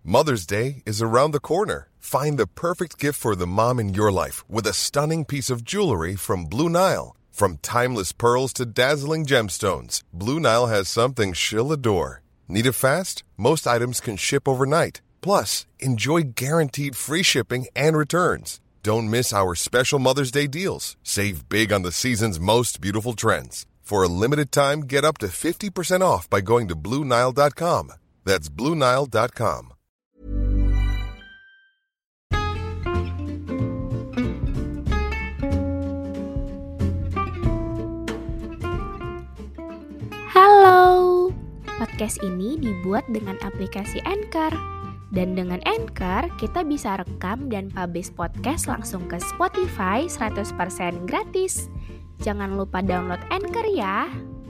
Mother's Day is around the corner. Find the perfect gift for the mom in your life with a stunning piece of jewelry from Blue Nile. From timeless pearls to dazzling gemstones, Blue Nile has something she'll adore. Need it fast? Most items can ship overnight. Plus, enjoy guaranteed free shipping and returns. Don't miss our special Mother's Day deals. Save big on the season's most beautiful trends. For a limited time, get up to 50% off by going to BlueNile.com. That's BlueNile.com. Halo, podcast ini dibuat dengan aplikasi Anchor. Dan dengan Anchor, kita bisa rekam dan publish podcast langsung ke Spotify 100% gratis. Jangan lupa download Anchor ya.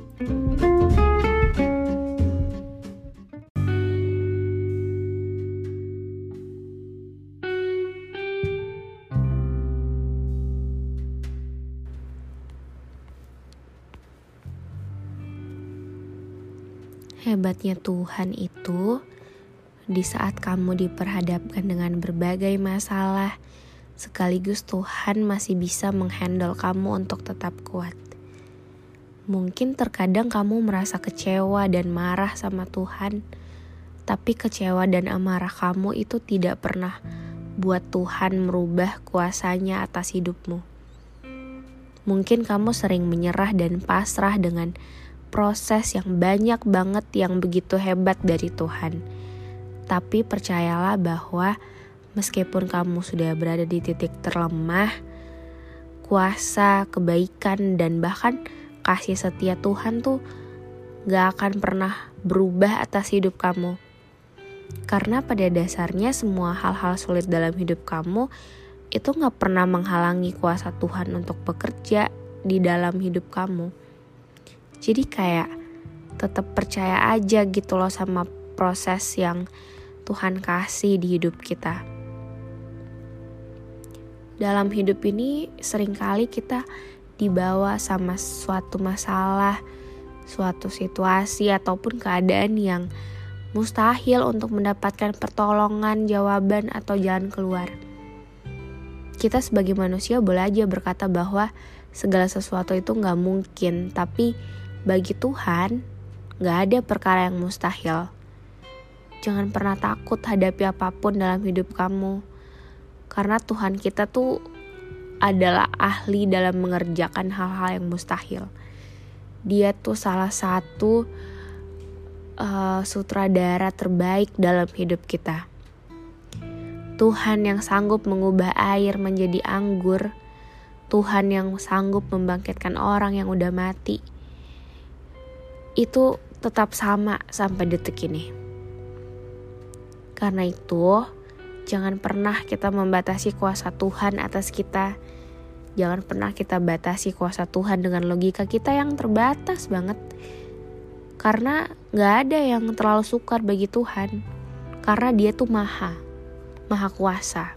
Hebatnya Tuhan itu, di saat kamu diperhadapkan dengan berbagai masalah, sekaligus Tuhan masih bisa menghandle kamu untuk tetap kuat. Mungkin terkadang kamu merasa kecewa dan marah sama Tuhan, tapi kecewa dan amarah kamu itu tidak pernah buat Tuhan merubah kuasanya atas hidupmu. Mungkin kamu sering menyerah dan pasrah dengan proses yang banyak banget yang begitu hebat dari Tuhan. Tapi percayalah bahwa meskipun kamu sudah berada di titik terlemah, kuasa, kebaikan, dan bahkan kasih setia Tuhan tuh gak akan pernah berubah atas hidup kamu. Karena pada dasarnya semua hal-hal sulit dalam hidup kamu itu gak pernah menghalangi kuasa Tuhan untuk bekerja di dalam hidup kamu. Jadi kayak tetap percaya aja gitu loh sama proses yang Tuhan kasih di hidup kita. Dalam hidup ini seringkali kita dibawa sama suatu masalah, suatu situasi ataupun keadaan yang mustahil untuk mendapatkan pertolongan, jawaban atau jalan keluar. Kita sebagai manusia boleh aja berkata bahwa segala sesuatu itu gak mungkin, tapi bagi Tuhan, gak ada perkara yang mustahil. Jangan pernah takut hadapi apapun dalam hidup kamu. Karena Tuhan kita tuh adalah ahli dalam mengerjakan hal-hal yang mustahil. Dia tuh salah satu sutradara terbaik dalam hidup kita. Tuhan yang sanggup mengubah air menjadi anggur. Tuhan yang sanggup membangkitkan orang yang udah mati. Itu tetap sama sampai detik ini. Karena itu, jangan pernah kita membatasi kuasa Tuhan atas kita. Jangan pernah kita batasi kuasa Tuhan dengan logika kita yang terbatas banget. Karena gak ada yang terlalu sukar bagi Tuhan. Karena dia tuh maha kuasa.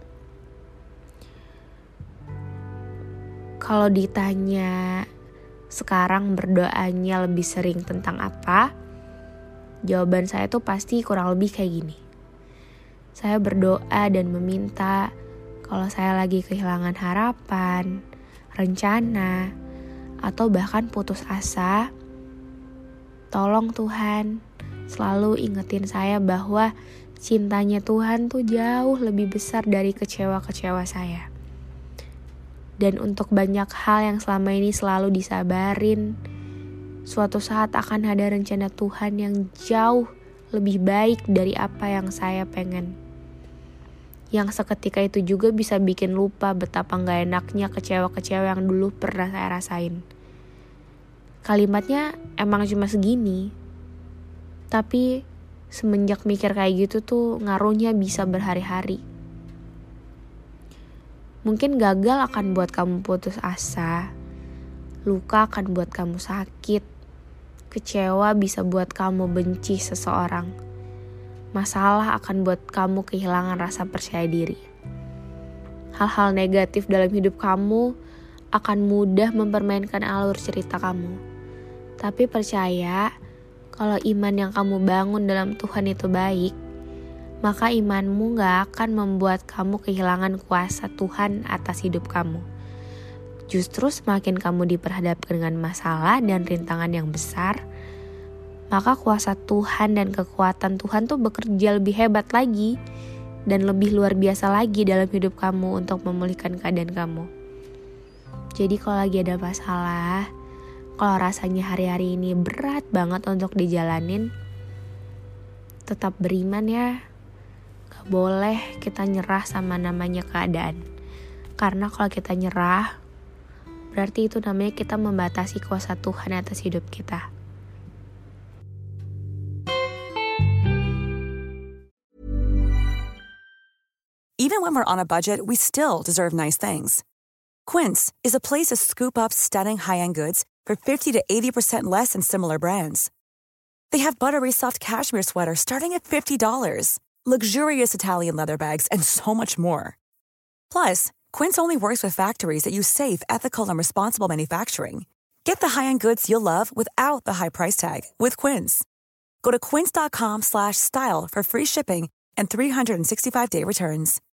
Kalau ditanya sekarang berdoanya lebih sering tentang apa? Jawaban saya tuh pasti kurang lebih kayak gini. Saya berdoa dan meminta kalau saya lagi kehilangan harapan, rencana, atau bahkan putus asa, tolong Tuhan selalu ingetin saya bahwa cintanya Tuhan tuh jauh lebih besar dari kecewa-kecewa saya. Dan untuk banyak hal yang selama ini selalu disabarin, suatu saat akan ada rencana Tuhan yang jauh lebih baik dari apa yang saya pengen. Yang seketika itu juga bisa bikin lupa betapa gak enaknya kecewa-kecewa yang dulu pernah saya rasain. Kalimatnya emang cuma segini, tapi semenjak mikir kayak gitu tuh ngaruhnya bisa berhari-hari. Mungkin gagal akan buat kamu putus asa, luka akan buat kamu sakit, kecewa bisa buat kamu benci seseorang, masalah akan buat kamu kehilangan rasa percaya diri. Hal-hal negatif dalam hidup kamu akan mudah mempermainkan alur cerita kamu. Tapi percaya, kalau iman yang kamu bangun dalam Tuhan itu baik, maka imanmu gak akan membuat kamu kehilangan kuasa Tuhan atas hidup kamu. Justru semakin kamu diperhadapkan dengan masalah dan rintangan yang besar, maka kuasa Tuhan dan kekuatan Tuhan tuh bekerja lebih hebat lagi dan lebih luar biasa lagi dalam hidup kamu untuk memulihkan keadaan kamu. Jadi kalau lagi ada masalah, kalau rasanya hari-hari ini berat banget untuk dijalanin, tetap beriman ya. Gak boleh kita nyerah sama namanya keadaan. Karena kalau kita nyerah, berarti itu namanya kita membatasi kuasa Tuhan atas hidup kita. Even when we're on a budget, we still deserve nice things. Quince is a place to scoop up stunning high-end goods for 50 to 80% less than similar brands. They have buttery soft cashmere sweaters starting at $50, luxurious Italian leather bags, and so much more. Plus, Quince only works with factories that use safe, ethical, and responsible manufacturing. Get the high-end goods you'll love without the high price tag with Quince. Go to quince.com/style for free shipping and 365-day returns.